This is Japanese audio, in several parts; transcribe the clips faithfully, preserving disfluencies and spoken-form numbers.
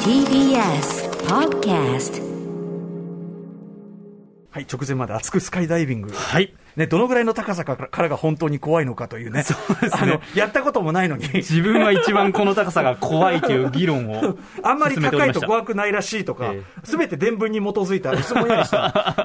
ティービーエス Podcast。 はい、直前まで熱くスカイダイビング。 はい。 ね、どのぐらいの高さからが本当に怖いのかというね。 そうですね。 あの、やったこともないのに。 自分は一番この高さが怖いという議論を。 あんまり高いと怖くないらしいとか、すべ、えー、て伝聞に基づいた薄ぼんやりした、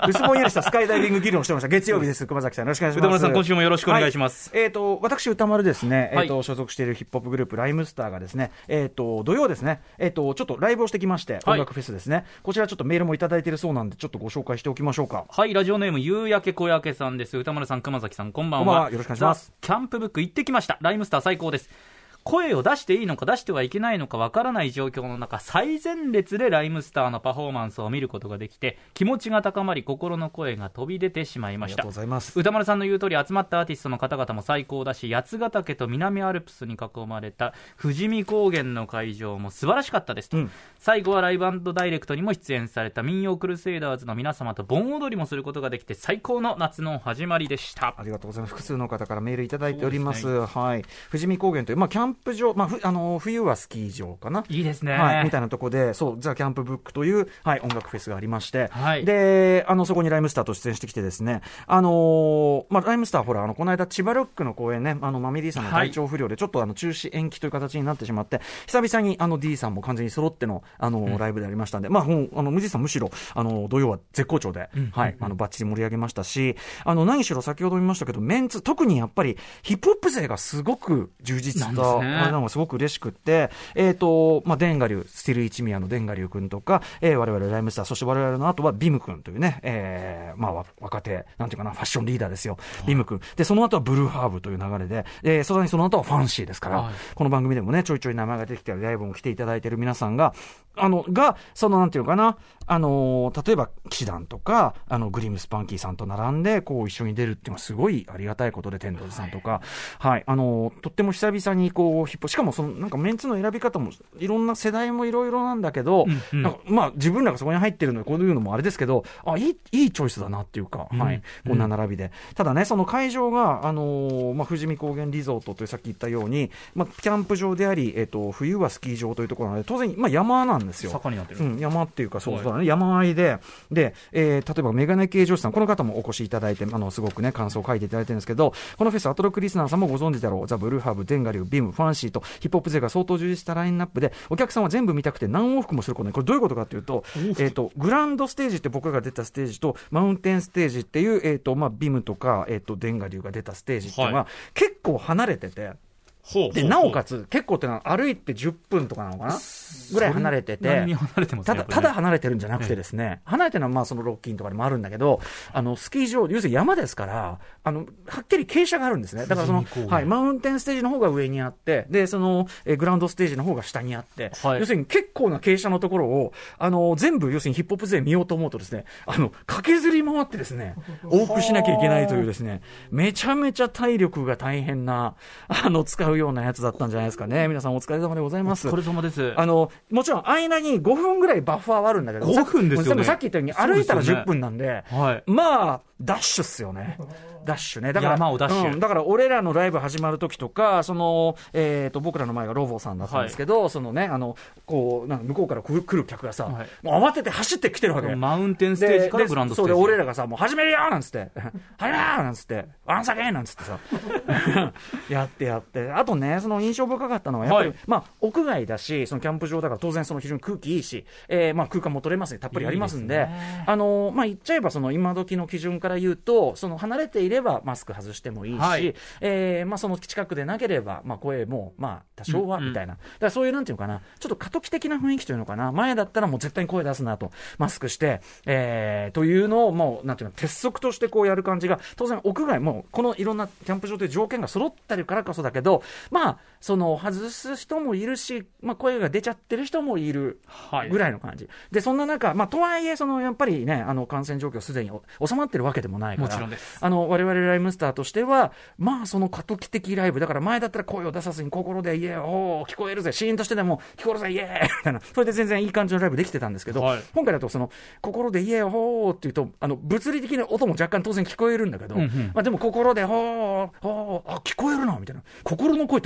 薄ぼんやりしたスカイダイビング議論をしてました。月曜日です。熊崎さん、よろしくお願いします。 歌丸さん、今週もよろしくお願いします。 はい、えっ、ー、と、私、歌丸ですね、えっ、ー、と、はい、所属しているヒップホップグループ、ライムスターがですね、えっ、ー、と、土曜ですね、えっ、と、ちょっとライブをしてきまして、音楽フェスですね。はい、こちらちょっとメールもいただいているそうなんで、ちょっとご紹介しておきましょうか。 はい、ラジオネーム、夕焼け小焼けさんです。歌丸さん、熊崎さん、こんばんは。 こんばんは、よろしくお願いします。 キャンプブック行ってきました。ライムスター最高です。声を出していいのか出してはいけないのかわからない状況の中、最前列でライムスターのパフォーマンスを見ることができて、気持ちが高まり、心の声が飛び出てしまいました。 ありがとうございます。 歌丸さんの言う通り、集まったアーティストの方々も最高だし、八ヶ岳と南アルプスに囲まれた富士見高原の会場も素晴らしかったですと、うん、最後はライブ&ダイレクトにも出演された民謡クルセイダーズの皆様と盆踊りもすることができて、最高の夏の始まりでした。 ありがとうございます。複数の方からメールいただいております。ね、はい、富士見高原という、まあ、キャンプ場、まあ、あの冬はスキー場かな、 いいですね、 はい、みたいなところで、そうザ・キャンプブックという、はい、音楽フェスがありまして、 はい、 であのそこにライムスターと出演してきてですね、あのーまあ、ライムスターほらあのこの間千葉ロックの公演ね、あのマミディさんの体調不良でちょっとあの中止延期という形になってしまって、久々にあの D さんも完全に揃っての、あのーうん、ライブでありましたんで、まあ、もうあのムジさんむしろあの土曜は絶好調で、うん、はい、あのバッチリ盛り上げましたし、あの何しろ先ほども言いましたけど、メンツ特にやっぱりヒップホップ勢がすごく充実した、ね、あれなのがすごく嬉しくって、えーとまあ、デンガリュー、スティル一宮のデンガリュー君とか、えー、我々ライムスター、そして我々の後はビム君というね、えーまあ、若手なんていうかな、ファッションリーダーですよ、はい、ビム君で、その後はブルーハーブという流れで、えー、さらにその後はファンシーですから、はい、この番組でもねちょいちょい名前が出てきてライブも来ていただいている皆さんがあのがそのなんていうかな、あのー、例えば騎士団とかあのグリムスパンキーさんと並んでこう一緒に出るっていうのはすごいありがたいことで、天童寺さんとか、はい、はい、あのー、とっても久々にこうヒップ、しかもそのなんかメンツの選び方もいろんな世代もいろいろなんだけど、うんうん、なんかまあ自分らがそこに入ってるのでこういうのもあれですけど、あいいいいチョイスだなっていうか、うん、はい、こんな並びで、うん、ただねその会場があのー、まあ富士見高原リゾートというさっき言ったように、まあキャンプ場であり、えっと冬はスキー場というところなので当然まあ山なんですよ。 坂になってる。 うん、山っていうかそうそうだね、山あいでで、えー、例えばメガネ系女子さん、この方もお越しいただいて、あのすごくね感想を書いていただいてるんですけど、このフェスアトロックリスナーさんもご存知だろう、ザ・ブルーハーブ、デンガリュー、ビム、ファンシーとヒップホップ勢が相当充実したラインナップで、お客さんは全部見たくて何往復もすることね。これどういうことかというと、えーとグランドステージって僕らが出たステージとマウンテンステージっていう、えーとまあ、ビムとか、えーとデンガリューが出たステージっていうのが、はい、結構離れてて、でなおかつ結構ってのは歩いてじゅっぷんとかなのかなぐらい離れてて、ただただ離れてるんじゃなくてですね、ええ、離れてるのはまあそのロッキンとかでもあるんだけど、あのスキー場要するに山ですから、あのはっきり傾斜があるんですね。だからその、はい、マウンテンステージの方が上にあって、でそのえグラウンドステージの方が下にあって、はい、要するに結構な傾斜のところをあの全部要するにヒップホップ勢見ようと思うとですね、あの駆けずり回ってですね往復しなきゃいけないというですね、めちゃめちゃ体力が大変なあの使うようなやつだったんじゃないですかね。皆さんお疲れ様でございます。 お疲れ様です。 あのもちろん間にごふんぐらいバッファーはあるんだけど、 ごふんですよね。 さっき言ったように歩いたらじゅっぷんなんで、 でね、はい、 まあダッシュっすよね。ダッシュね。だから山をダッシュ、 うん、だから俺らのライブ始まる時とか、その、えー、と僕らの前がロボさんだったんですけど、はい、そのね、あのこうなんか向こうから来る、来る客がさ、はい、もう慌てて走ってきてるわけ。 マウンテンステージからグランドステージ。 そうで俺らがさ、もう始めるよなんつって始めるよなんつってワンサゲンなんつってさやってやって、あとね、その印象深かったのはやっぱり、はい、まあ屋外だし、そのキャンプ場だから当然その非常に空気いいし、えー、まあ空間も取れますね、たっぷりありますんで、いいですね、あのまあ言っちゃえばその今時の基準から言うと、その離れていればマスク外してもいいし、はい、えーまあ、その近くでなければ、まあ、声もまあ多少はみたいな、うんうん、だからそういうなんていうのかな、ちょっと過渡期的な雰囲気というのかな、前だったらもう絶対に声出すなとマスクして、えー、というのをもうなんていうの鉄則としてこうやる感じが、当然屋外もこのいろんなキャンプ場という条件が揃ってるからこそだけど、まあその外す人もいるし、まあ、声が出ちゃってる人もいるぐらいの感じ、はい、でそんな中、まあ、とはいえそのやっぱりね、あの感染状況すでに収まってるわけでもないから、 もちろんです。あの我々ライムスターとしてはまあその過渡期的ライブだから、前だったら声を出さずに心でイエーおー聞こえるぜ、シーンとしてでも聞こえるぜイエーみたいな、それで全然いい感じのライブできてたんですけど、はい、今回だとその心でイエーおーっていうと、あの物理的な音も若干当然聞こえるんだけど、うんうん、まあ、でも心でおーおーあ聞こえるなみたいな、心の声ってこんなに聞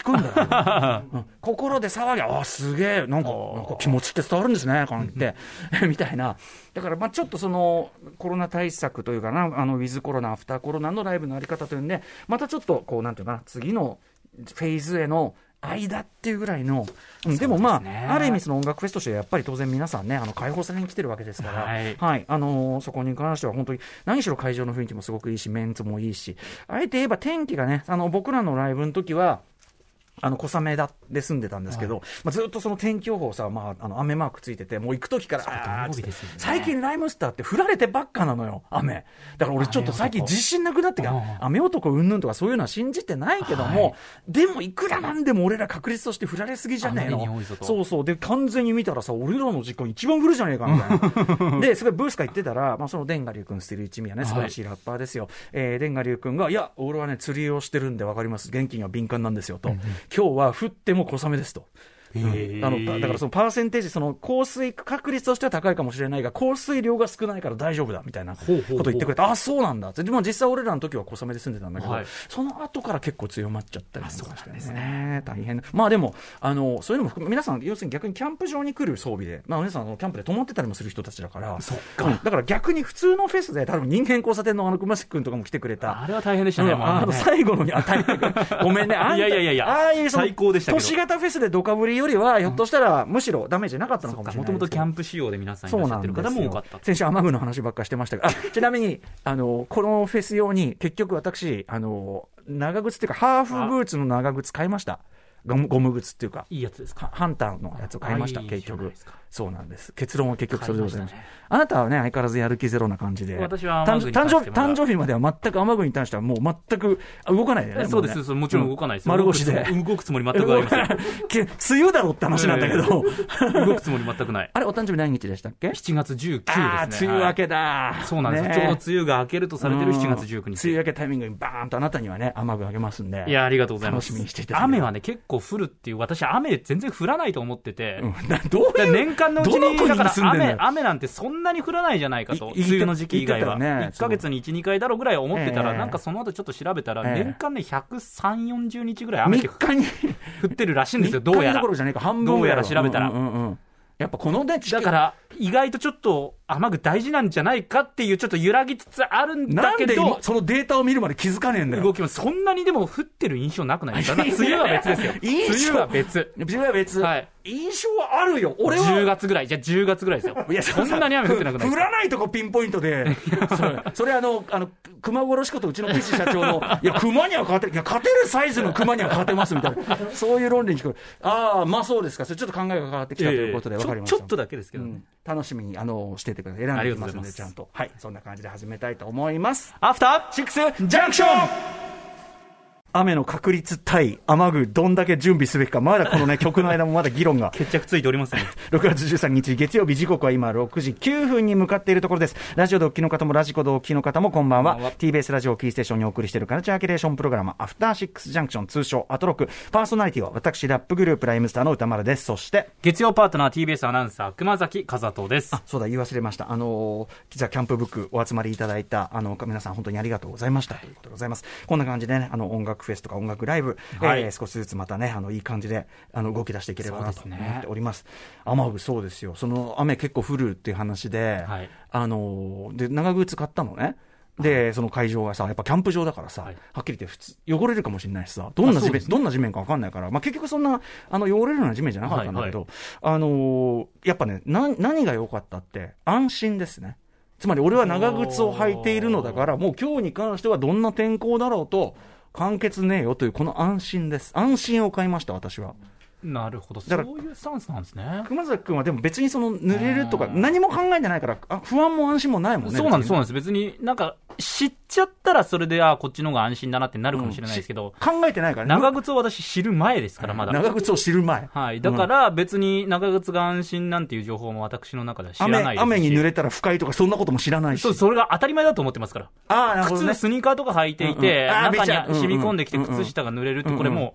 くんだよ、うん、心で騒ぎ、あすげえなんかなんか気持ちって伝わるんですねこう言ってみたいな。だからまあちょっとそのコロナ対策というかな、あのウィズコロナアフターコロナのライブのあり方というんで、またちょっとこうなんていうかな、次のフェーズへの間っていうぐらいの、うん、でもまあ、ね、ある意味その音楽フェスとしてやっぱり当然皆さんね、あの解放されに来てるわけですから、はい、はい、あのー、そこに関しては本当に何しろ会場の雰囲気もすごくいいし、メンツもいいし、あえて言えば天気がね、あの僕らのライブの時はあの小雨だで住んでたんですけど、はい、まあ、ずっとその天気予報さ、まあ、あの雨マークついてて、もう行く時からあー、ね、最近ライムスターって降られてばっかなのよ、雨だから俺ちょっと最近自信なくなってきた。雨男うんぬんとかそういうのは信じてないけども、はい、でもいくらなんでも俺ら確率として降られすぎじゃねえの。そうそうで完全に見たらさ、俺らの時間一番降るじゃねえかみたいなですごいブースか行ってたら、まあ、そのデンガリュウ君スティル一味はね素晴らしいラッパーですよ、はい、えー、デンガリュウ君がいや俺はね釣りをしてるんで分かります、元気には敏感なんですよと、うんうん、今日は降ってでも小雨ですと。うん、あのだからそのパーセンテージ、その降水確率としては高いかもしれないが降水量が少ないから大丈夫だみたいなことを言ってくれて、ああそうなんだって。でも実際俺らの時は小雨で住んでたんだけど、はい、その後から結構強まっちゃったりとかしてね、ですね、大変。まあでもあのそういうのも含め皆さん要するに逆にキャンプ場に来る装備で、まあ皆さんキャンプで泊まってたりもする人たちだから、そっか、うん、だから逆に普通のフェスで多分人間交差点のあの熊崎君とかも来てくれた、 あれは大変でしたね、うん、 あの最後のにあ大変ごめんねあんたいやいやいやいや、 ああいうその最高でしたけど、 都市型フェスでドカぶりよりはひょっとしたらむしろダメージなかったのかもしれない。 もともとキャンプ仕様で皆さんいらっしゃってる方も多かった。 先週雨具の話ばっかしてましたが、ちなみにあのこのフェス用に結局私あの長靴っていうかハーフブーツの長靴買いました。ゴム、ゴム靴っていうかいいやつですか。 ハンターのやつを買いました。結局そうなんです。結論は結局それでございました。 ね、 あなたはね相変わらずやる気ゼロな感じで、 私は雨具に誕生日誕生日までは全く雨具に対してはもう全く動かないでね。 そうです、ね、もちろん動かないです、 うん、丸腰で動くつもり全くありません。 梅雨だろって話なんだけど、 動くつもり全くない。 あれお誕生日何日でしたっけ？ しちがつじゅうくにちですね。 あー梅雨明けだ、 はい、そうなんです、ね、ちょうど梅雨が明けるとされてるしちがつじゅうくにち、 梅雨明けタイミングにバーンとあなたにはね雨具あげますんで。 いやありがとうございます。 楽しみにしていただいて。 雨はね結構降るっていう、私雨全然降らないと思ってて、うん、 どういう年間のうちにだから雨雨なんてそんなに降らないじゃないかと、梅雨の時期以外は、ね、いっかげつにいち、にかいだろうぐらい思ってたら、えー、なんかその後ちょっと調べたら、えー、年間ねひゃくさんじゅう、よんじゅうにちぐらい雨って降ってるらしいんですよ。どうやらどうやら調べたら、うんうんうん、やっぱこのねだから意外とちょっと雨具大事なんじゃないかっていうちょっと揺らぎつつあるんだけど、 なんでそのデータを見るまで気づかねえんだよ。 動きもそんなにでも降ってる印象なくないですか？梅雨は別ですよ。梅雨は別。 梅雨は別。はい。印象はあるよ。俺はじゅうがつぐらい、じゃあじゅうがつぐらいですよ。いやそんなに雨降ってなくないですか？ 降らないとこピンポイントでそれ、それあのあの熊殺しことうちのピッチ社長のいや熊には勝てる、いや勝てるサイズの熊には勝てますみたいなそういう論理に聞こえる。ああまあそうですか。それちょっと考えが変わってきたということで分かりました。 ちょっとだけですけどね、 うん、楽しみにあのしていてください。選んでいきますのでちゃんと、はい、そんな感じで始めたいと思います。 アフターシックスジャンクション。 雨の確率対雨具どんだけ準備すべきか、まだこのね曲の間もまだ議論が決着ついておりますね。 ろくがつじゅうさんにち月曜日、時刻は今ろくじきゅうふんに向かっているところです。ラジオでお聞きの方もラジコでお聞きの方もこんばんは。 ティービーエス ラジオキーステーションにお送りしているカルチャーキュレーションプログラムアフターシックスジャンクション、通称アトロク。パーソナリティは私ラップグループライムスターの歌丸です。そして月曜パートナー ティービーエス アナウンサー熊崎和人です。 あ、そうだ言い忘れました。あのー、ザ・キャンプブックお集まりいただいたあの皆さん本当にありがとうございましたということでございます。こんな感じでね、あの音楽フェスとか音楽ライブ、はい、えー、少しずつまたねあのいい感じであの動き出していければなと思っております。雨具そうですよ。その雨結構降るっていう話で、はい、あので長靴買ったのね。でその会場がさやっぱキャンプ場だからさ、はい、はっきり言って普通汚れるかもしれないしさ、どんな地面、どんな地面か分かんないから、まあ、結局そんなあの汚れるような地面じゃなかったんだけど、はいはい、あのー、やっぱねな何が良かったって安心ですね。つまり俺は長靴を履いているのだからもう今日に関してはどんな天候だろうと完結ねえよというこの安心です。安心を買いました私は。 なるほど、そういうスタンスなんですね。 熊崎君はでも別にその濡れるとか何も考えてないからあ不安も安心もないもんね。 そうなんです、そうなんです。別になんか知っちゃったらそれであこっちの方が安心だなってなるかもしれないですけど、 うん、考えてないからね。 長靴を私知る前ですからまだ。 長靴を知る前、 はい、だから別に長靴が安心なんていう情報も私の中では知らないですし、 雨、雨に濡れたら不快とかそんなことも知らないし、 そうそれが当たり前だと思ってますから。 あ、なるほどね、 普通スニーカーとか履いていて、うんうん、中に染み込んできて靴下が濡れるってこれも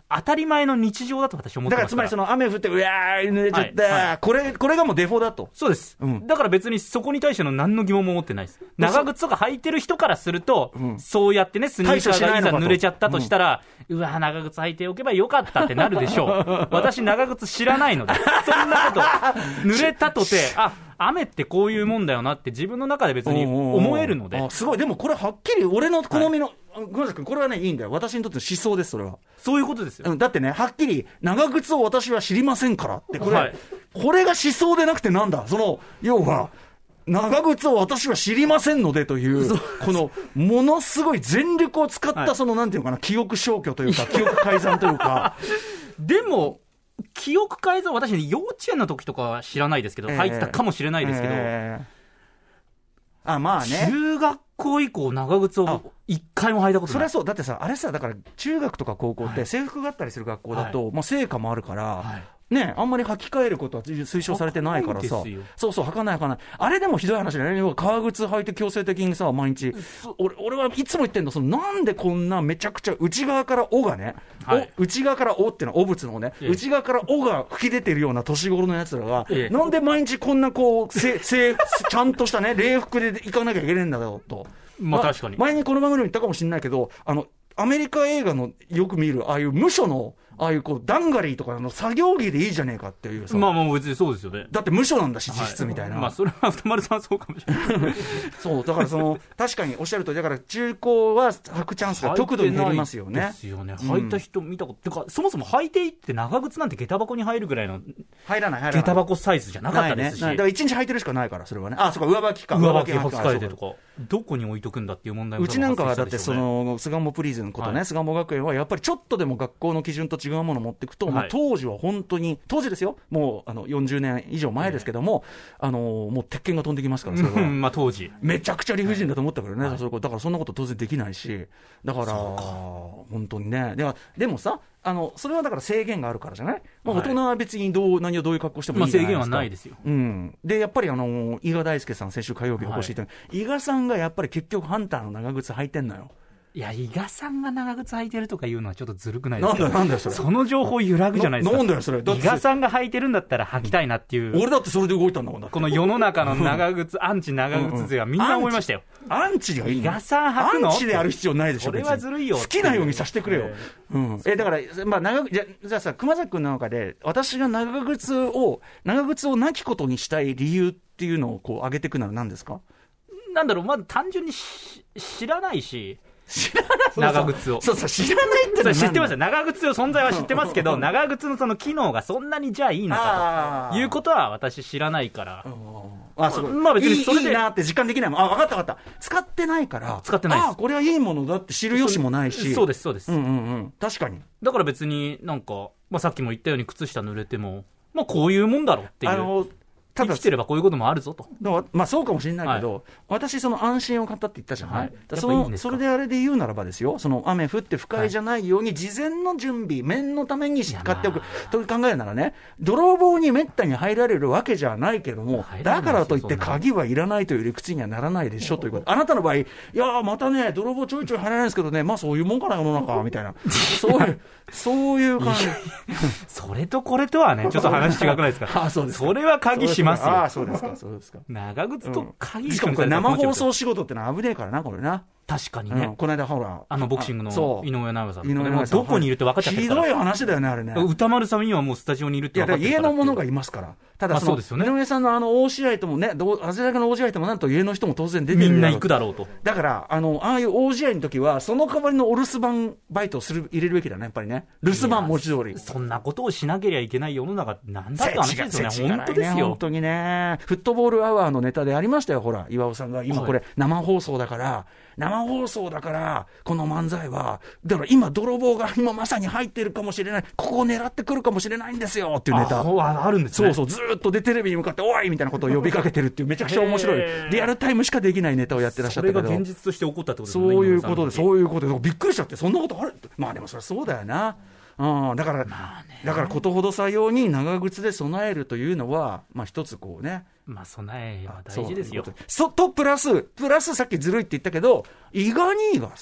当たり前の日常だと私は思ってますから。 だからつまりその雨降ってうわー濡れちゃった、 はいはい、 これこれがもうデフォだと。 そうです、うん、だから別にそこに対しての何の疑問も持ってないです。長靴とか履いてる人からすると、うん、そうやってねスニーカーがいざ濡れちゃったとしたら、うん、うわ長靴履いておけばよかったってなるでしょう私長靴知らないのでそんなこと濡れたとてあ雨ってこういうもんだよなって自分の中で別に思えるので。 あすごい。でもこれはっきり俺の好みの、はい、ごめんなさい、これはねいいんだよ、私にとっての思想です。それはそういうことですよ、 うん、だってねはっきり長靴を私は知りませんからってこれ、はい、これが思想でなくてなんだ、その要は長靴を私は知りませんのでというこのものすごい全力を使ったそのなんていうのかな、記憶消去というか記憶改ざんというかでも記憶改ざん、私、ね、幼稚園の時とかは知らないですけど、えー、入ってたかもしれないですけど、えー、あまあね、 中学校以降長靴を一回も履いたことない。 それはそうだってさ、あれさ、だから中学とか高校って制服があったりする学校だと、はい、まあ、成果もあるから、はいね、あんまり履き替えることは推奨されてないからさ、そうそう、履かない履かない、あれでもひどい話だよね、革靴履いて強制的にさ、毎日、俺, 俺はいつも言ってんの、そのなんでこんなめちゃくちゃ内側から「お」がね、はい、内側から「お」っていうのは汚物のね、ええ、内側から「お」が吹き出てるような年頃のやつらが、ええ、なんで毎日こんなこうせせちゃんとしたね礼服で行かなきゃいけないんだよと、 まあ確かに、 ま、前にこの番組で言ったかもしれないけど、あのアメリカ映画のよく見るああいう無所のああいうこうダンガリーとかの作業着でいいじゃねえかっていうさ、 まあまあ別にそうですよね、 だって無所なんだし実質みたいな、 はい、まあそれは歌丸さんそうかもしれないそうだからその確かにおっしゃるとおりだから中高は履くチャンスが極度に減りますよね。 ですよね、履いた人見たこと、うん、てかそもそも履いていって長靴なんて下駄箱に入るぐらいの入らない入らない下駄箱サイズじゃなかったですし、 ね、だから一日履いてるしかないからそれはね、あそうか上履きか上履き履き替えてとかどこに置いとくんだっていう問題もうちなんかはだってその巣鴨プリズンことね、はい、巣鴨学園はやっぱりちょっとでも学校の基準と違うものを持っていくと、はい、まあ、当時は本当に当時ですよ、もうあのよんじゅうねん以上前ですけども、えー、あのもう鉄拳が飛んできますからそれはまあ当時めちゃくちゃ理不尽だと思ったからね、はい、だからそんなこと当然できないし、だから本当にね、ではでもさあのそれはだから制限があるからじゃない、まあ、大人は別にどう、はい、何をどういう格好してもいいじゃないですか、まあ、制限はないですよ、うん、でやっぱりあの伊賀大輔さん先週火曜日お越しいただいて、はい、伊賀さんがやっぱり結局ハンターの長靴履いてんのよ。 いや伊賀さんが長靴履いてるとかいうのはちょっとずるくないですか。 なんだなんだよそれ、 その情報揺らぐじゃないですか。 なんだよそれ、伊賀さんが履いてるんだったら履きたいなっていう、 俺だってそれで動いたんだもんだって。 この世の中の長靴アンチ長靴勢はみんな思いましたよ。 アンチがいいの、 伊賀さん履くの、 アンチである必要ないでしょ。 それはずるいよ、 好きなようにさせてくれよ、うん、えだから、まあ、長じゃじゃあさ熊崎君の中で私が長靴を長靴をなきことにしたい理由っていうのをこう上げていくなら何ですか。 なんだろう、まず単純に知らないし、 知らない長靴をそうそう知らないってのは知ってますよ、長靴の存在は知ってますけど長靴のその機能がそんなにじゃあいいのかということは私知らないから、 あそうまあ別にそれでいいなって実感できないもん。あ分かった分かった、使ってないから使ってないです。 あこれはいいものだって知る由もないし、 そうですそうです、 うんうんうん、確かに。 だから別になんか、まあ、さっきも言ったように靴下濡れても、まあ、こういうもんだろうっていう、あのただ生きてればこういうこともあるぞと。 まあそうかもしれないけど、はい、私その安心を語ったって言ったじゃない、はい、だそのそれであれで言うならばですよ、その雨降って不快じゃないように事前の準備、面のために使っておくと考えるならね、泥棒にめったに入られるわけじゃないけども、だからといって鍵はいらないという理屈にはならないでしょということ。あなたの場合、いやまたね泥棒ちょいちょい入らないんですけどね、まあそういうもんかな世の中みたいなそういうそういう感じそれとこれとはねちょっと話違くないですかあそうですか、 それは鍵しますよ。 あそうですかそうですか。 長靴と鍵、 うん、しかもこれ生放送仕事ってのは危ねえからなこれな。 確かにね、 うん、この間ほらあのボクシングの井上尚弥さん、 井上尚弥さんどこにいるって分かっちゃってるから、 ひどい話だよねあれね。 歌丸さんにはもうスタジオにいるって分かってるから。 いや家の者がいますから。ただその、まあそうですよね、井上さんのあの大試合ともね、あれだけの大試合ともなんと家の人も当然出てる、 みんな行くだろうと。 だからあのああいう大試合の時はその代わりのお留守番バイトをする入れるべきだねやっぱりね。留守番文字通り。 そんなことをしなければいけない世の中なんだって話ですよね。本当ですよ。 本当にね。フットボールアワーのネタでありましたよ。ほら岩尾さんが今これ生放送だから、はい、生放送だからこの漫才はだから今泥棒が今まさに入ってるかもしれない、ここを狙ってくるかもしれないんですよっていうネタ。 あ, あるんですね。 そうそうずっとでテレビに向かっておいみたいなことを呼びかけてるっていうめちゃくちゃ面白いリアルタイムしかできないネタをやってらっしゃったけど、 それが現実として起こったってことですね。 そういうことでそういうことでびっくりしちゃって、そんなことある。まあでもそれはそうだよな。うん、だから、まあね、だからことほどさように長靴で備えるというのは、まあ、一つこうね、 まあ、備えは大事ですよ。 そとプラスプラスさっきずるいって言ったけど伊賀兄がさ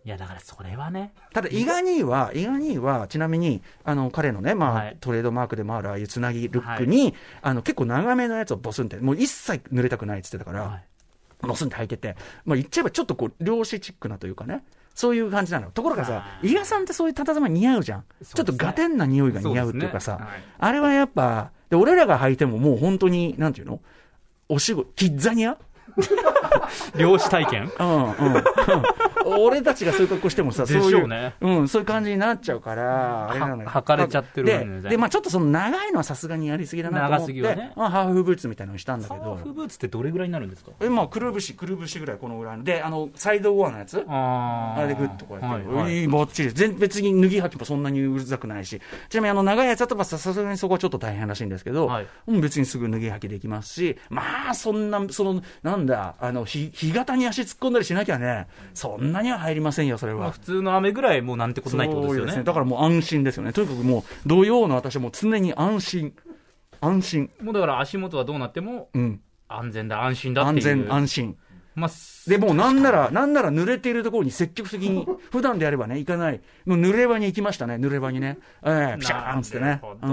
いやだからそれはね、 ただ伊賀兄は伊賀兄はちなみにあの彼のね、まあはい、 トレードマークでもあるああいうつなぎルックに、はい、あの結構長めのやつをボスンってもう一切濡れたくないって言ってたから、はい、ボスンって履いてて、まあ、言っちゃえばちょっとこう漁師チックなというかね、そういう感じなの。ところがさ、伊賀さんってそういう佇まい似合うじゃん、ね、ちょっとガテンな匂いが似合うっていうかさ、ねはい、あれはやっぱで俺らが履いてももう本当になんていうの、お仕事キッザニア漁師体験うんうん、うん、俺たちがそういう格好してもさ、そういう、 ね、 うん、そういう感じになっちゃうからあれなのよ、 はかれちゃってるで、で、でまあ、ちょっとその長いのはさすがにやりすぎだなと思って、長すぎはね、まあ、ハーフブーツみたいなのにしたんだけど、 ハーフブーツってどれぐらいになるんですか？ え、まあ、くるぶしくるぶしぐらいこのぐらいで、あのサイドウォアのやつ、あ, あれでグッとこうやって、はいはい、ばっちり全別に脱ぎ履きもそんなにうるさくないし、ちなみにあの長いやつだとさすがにそこはちょっと大変らしいんですけど、はい、もう別にすぐ脱ぎ履きできますし、まあそんなそのなんだあのひ干潟に足突っ込んだりしなきゃね、そんなには入りませんよそれは。まあ、 普通の雨ぐらいもうなんてことないってことですよね。 そうですね、だからもう安心ですよね。とにかくもう土曜の私はもう常に安心安心、 もうだから足元はどうなっても安全だ安心だっていう、 安全安心、 まあ、 でもうなんならなんなら濡れているところに積極的に普段であればね行かない、もう濡れ場に行きましたね、濡れ場にね、えー、ピシャーンつってね、 うん、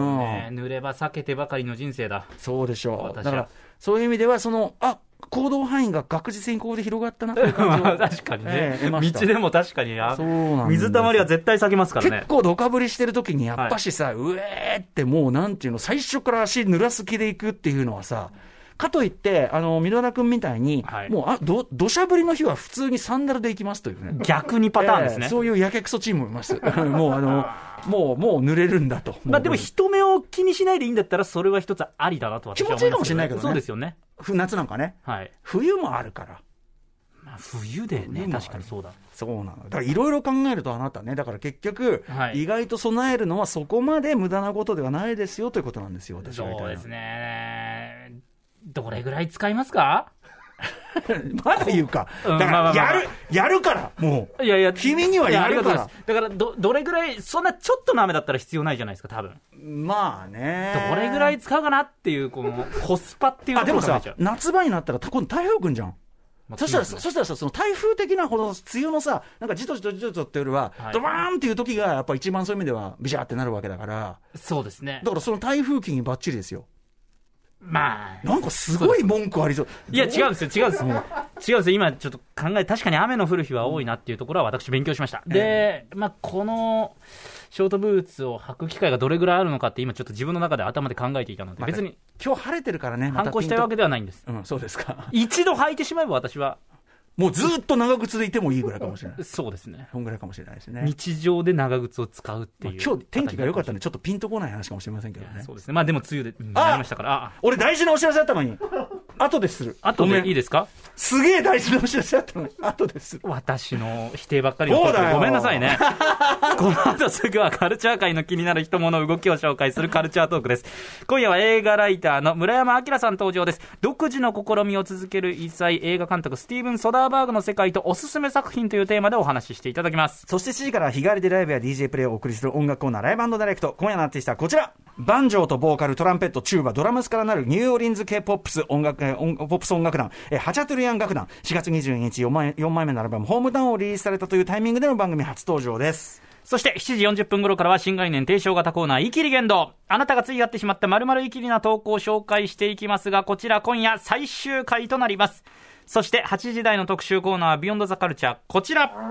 濡れ場避けてばかりの人生だ。 そうでしょう。だからそういう意味ではそのあ行動範囲が確実にここで広がったなという感じを確かにね、 えー、 道でも確かに水たまりは絶対避けますからね。 結構ドカぶりしてる時にやっぱしさ、はい、うえーってもうなんていうの、最初から足濡らす気でいくっていうのはさ、かといってあの箕輪田君みたいに、はい、もうあど土砂降りの日は普通にサンダルで行きますというね、 逆にパターンですね、 えー、そういうやけくそチームもいますもうあのもうもう濡れるんだと、 まあ、でも人目を気にしないでいいんだったらそれは一つありだなと私は思います、ね、 気持ちいいかもしれないけどね。 そうですよね、 夏なんかね、はい、冬もあるから、 まあ、冬でね、確かにそうだ、 そうなのだからいろいろ考えるとあなたね、だから結局、はい、意外と備えるのはそこまで無駄なことではないですよということなんですよ、私は。 そうですね、どれぐらい使いますかまだ言うか、だからやる、やるからもう、いやいや君にはやるから、 だから ど, どれぐらい、そんなちょっとの雨だったら必要ないじゃないですか多分。 まあね、 どれぐらい使うかなっていうこのコスパっていうところを考えちゃう。 あでもさ、夏場になったら今度台風来んじゃん、まあ、そしたら、ね、そしたらさ、その台風的なほど梅雨のさ、なんかじとじとじとじとってよりは、はい、ドバーンっていう時がやっぱ一番そういう意味ではビシャーってなるわけだから。そうですね、だからその台風期にバッチリですよ。まあ、なんかすごい文句ありそう。 いや違うんですよ違うんですよ違うんですよ。今ちょっと考え、確かに雨の降る日は多いなっていうところは私勉強しました。で、まあ、このショートブーツを履く機会がどれぐらいあるのかって今ちょっと自分の中で頭で考えていたので、別に今日晴れてるからね、 反抗したいわけではないんです、 うん、そうですか。 一度履いてしまえば私はもうずっと長靴でいてもいいぐらいかもしれない。 そうですね、 そんぐらいかもしれないですね。 日常で長靴を使うっていう、 まあ、今日天気が良かったんでちょっとピンとこない話かもしれませんけどね。 そうですね、まあでも梅雨でなりましたから。ああ、 俺大事なお知らせあったのに後でする。 後でいいですか？ すげえ大事なお知らせあったのに後でする。 私の否定ばっかりのことでごめんなさいねこの後すぐはカルチャー界の気になる人物動きを紹介するカルチャートークです。今夜は映画ライターの村山明さん登場です。独自の試みを続ける異彩映画監督スティーブン・ソダーバーグの世界とおすすめ作品というテーマでお話ししていただきます。 そしてしちじから日替わりでライブや ディージェー プレイをお送りする音楽コーナーライブ&ダイレクト。今夜のアーティストはこちら、バンジョーとボーカル、トランペット、チューバ、ドラムスからなるニューオーリンズ系ポップス音楽、えー、音ポップス音楽団、えー、ハチャトゥリアン楽団、しがつにじゅうににちよんまいめのアルバムホームタウンをリリースされたというタイミングでの番組初登場です。 そしてしちじよんじゅっぷん頃からは新概念提唱型コーナーイキリ言動。あなたがついやってしまった〇〇イキリな投稿を紹介していきますが、こちら今夜最終回となります。そしてはちじ台の特集コーナービヨンドザカルチャー、こちら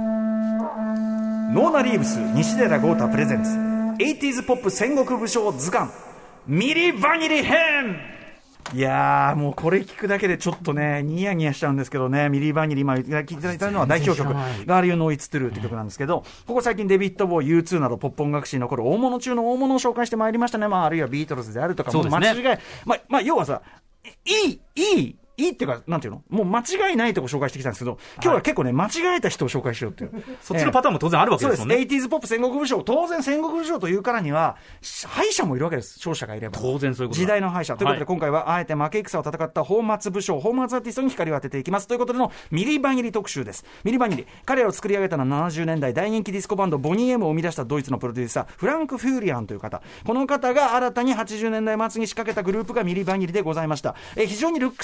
ノーナリーブス西寺豪太プレゼンツ エイティーズ ポップ戦国武将図鑑ミリバニリ編。いやーもうこれ聞くだけでちょっとねニヤニヤしちゃうんですけどね。ミリバニリ、今聞いていただいたのは代表曲ガーリューノイツトゥルーって曲なんですけど、ここ最近デビッド・ボーイ ユーツー などポップ音楽史に残る大物中の大物を紹介してまいりましたね。まああるいはビートルズであるとか、もう間違い、まあ、まあ要はさ、いいいいいいっていうか、なんていうの、もう間違いないとこ紹介してきたんですけど、今日は結構ね、間違えた人を紹介しようっていう。 そっちのパターンも当然あるわけですもんね。 そうです。エイティーズ ポップ戦国武将、当然戦国武将というからには、敗者もいるわけです。勝者がいれば。 当然そういうことだ。 時代の敗者。ということで、今回はあえて負け戦を戦った泡沫武将、泡沫アーティストに光を当てていきます。ということでのミリバニリ特集です。ミリバニリ。彼らを作り上げたのはななじゅうねんだい大人気ディスコバンド、ボニーエムを生み出したドイツのプロデューサー、フランク・フューリアンという方。この方が新たにはちじゅうねんだい末に仕掛けたグループがミリバニリでございました。え非常にルックスが良くて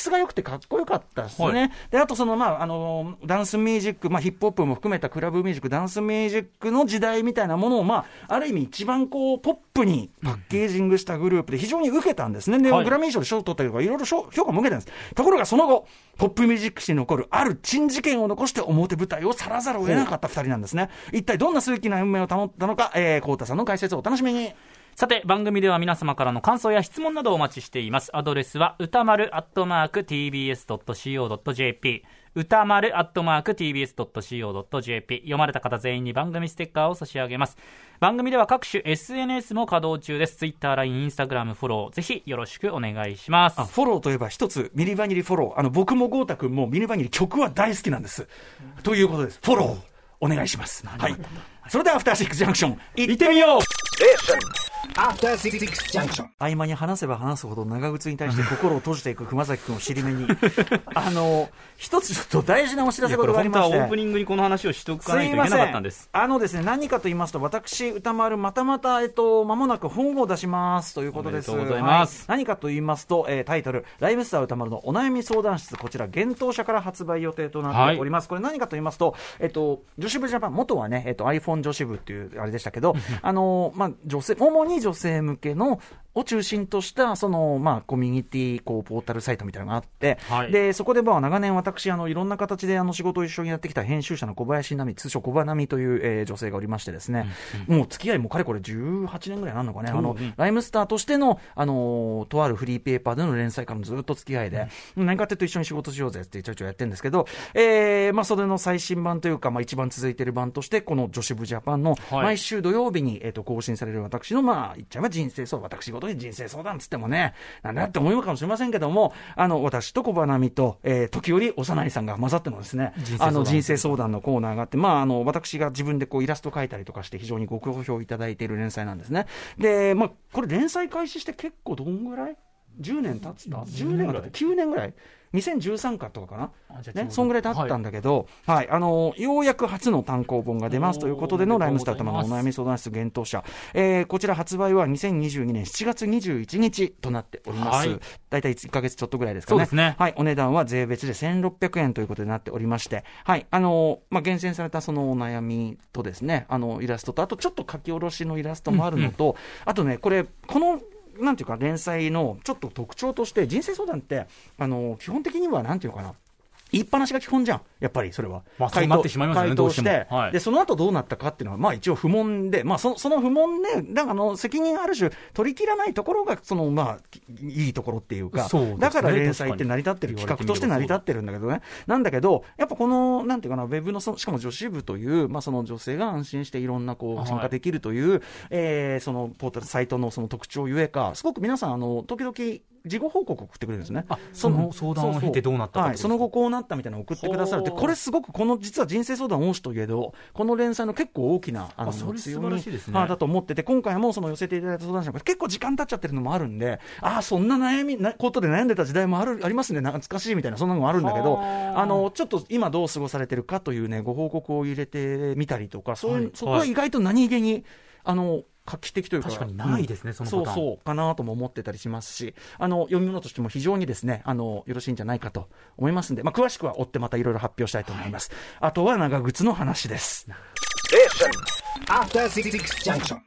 かっこよかったですね。 はい、 で、あとその、まあ、あの、ダンスミュージック、まあ、ヒップホップも含めたクラブミュージック、ダンスミュージックの時代みたいなものを、まあ、ある意味一番こう、ポップにパッケージングしたグループで非常に受けたんですね。で、はい、グラミー賞で賞を取ったりとか、いろいろ評価も受けたんです。ところがその後、ポップミュージック史に残るある珍事件を残して表舞台を去らざるを得なかったふたりなんですね。一体どんな数奇な運命を保ったのか、えー、コウタさんの解説をお楽しみに。 さて、番組では皆様からの感想や質問などをお待ちしています。アドレスは歌丸アットマーク ティービーエスドットシーオードットジェーピー、 歌丸アットマーク ティービーエスドットシーオードットジェーピー、 読まれた方全員に番組ステッカーを差し上げます。番組では各種 エスエヌエス も稼働中です。 Twitter、ライン、Instagram フォローぜひよろしくお願いします。 あ、フォローといえば一つミニバニリフォロー、あの僕も豪太君もミニバニリ曲は大好きなんです、うん、ということです。フォローお願いします。はい、それではアフターシックスジャンクション行ってみよう。アフターシックスジャンクション。合間に話せば話すほど長靴に対して心を閉じていく熊崎君を尻目にあの一つちょっと大事なお知らせ事がありまして、 本当はオープニングにこの話をしておかないといけなかったんです。 あのですね、何かと言いますと、私歌丸またまたえっと間もなく本を出しますということです。 おめでとうございます。 はい、何かと言いますと、えー、タイトルライムスター歌丸のお悩み相談室、こちら幻冬舎から発売予定となっております。はい、これ何かと言いますと、えっと女子部ジャパン、元はね、えっと iPhone 女子部っていうあれでしたけどあのまあ女性、主に女性向けのを中心としたその、まあ、コミュニティこうポータルサイトみたいなのがあって、はい、でそこでまあ長年私あのいろんな形であの仕事を一緒にやってきた編集者の小林奈美、通称小林奈美という、えー、女性がおりましてですね、うんうん、もう付き合いもかれこれじゅうはちねんぐらいなのかね、うん、あのライムスターとしての、あのー、とあるフリーペーパーでの連載からもずっと付き合いで、うん、何かというと一緒に仕事しようぜってちょいちょいやってるんですけど、えーまあ、それの最新版というか、まあ、一番続いている版としてこの女子部ジャパンの毎週土曜日に、えー、と更新される私の、まあ、言っちゃえば人生相談、私事に人生相談つってもね、なんだって思うかもしれませんけども、あの私と小花奈美と、えー、時折幼いさんが混ざってのですね、あの人生相談のコーナーがあって、まあ、あの私が自分でこうイラスト描いたりとかして非常にご好評いただいている連載なんですね。で、まあ、これ連載開始して結構どんぐらいじゅうねん経つたじゅうねんぐらいきゅうねんぐらいにせんじゅうさんかとかかな、ね、そんぐらい経ったんだけど、はいはい、あのようやく初の単行本が出ますということでのライムスター歌丸のお悩み相談室幻冬舎、えー、こちら発売はにせんにじゅうにねんしちがつにじゅういちにちとなっております。だいたいいっかげつちょっとぐらいですか ね, そうですね、 はい、お値段は税別でせんろっぴゃくえんということになっておりまして、はい、あのまあ、厳選されたそのお悩みとですね、あのイラストと、あとちょっと書き下ろしのイラストもあるのと、うんうん、あとね、これこのなんていうか連載のちょっと特徴として、人生相談ってあの基本的にはなんていうかな、言いっぱなしが基本じゃん、やっぱりそれは、 まあ、そうなってしまいますよね、 回答して、 はい、 でその後どうなったかっていうのは、まあ、一応不問で、まあ、そ, その不問でだからあの責任ある種取り切らないところがその、まあ、いいところっていうか、 そうですね、 だから連載って成り立ってる、企画として成り立ってるんだけどね、なんだけどやっぱこのなんていうかな、ウェブのそしかも女子部という、まあ、その女性が安心していろんなこう参加できるという、はい、えー、そのポータルサイトのその特徴ゆえか、すごく皆さんあの時々事後報告を送ってくれるんですね。 あ、その相談を経てどうなったか、 はい、その後こうなったみたいなのを送ってくださるって、これすごくこの実は人生相談多しといえどこの連載の結構大きなあのそれ素晴らしいですね、 だと思ってて、今回もその寄せていただいた相談者が結構時間経っちゃってるのもあるんで、ああそんな悩みなことで悩んでた時代もあるありますね、懐かしいみたいな、そんなのもあるんだけど、あのちょっと今どう過ごされてるかというねご報告を入れてみたりとか、そういう、はい、そこは意外と何気にあの画期的というか、 確かにないですね、うん、そのパターン。 そうそうかなとも思ってたりしますし、あの読み物としても非常にですね、あのよろしいんじゃないかと思いますんで、まあ、詳しくは追ってまたいろいろ発表したいと思います。はい、あとは長靴の話です。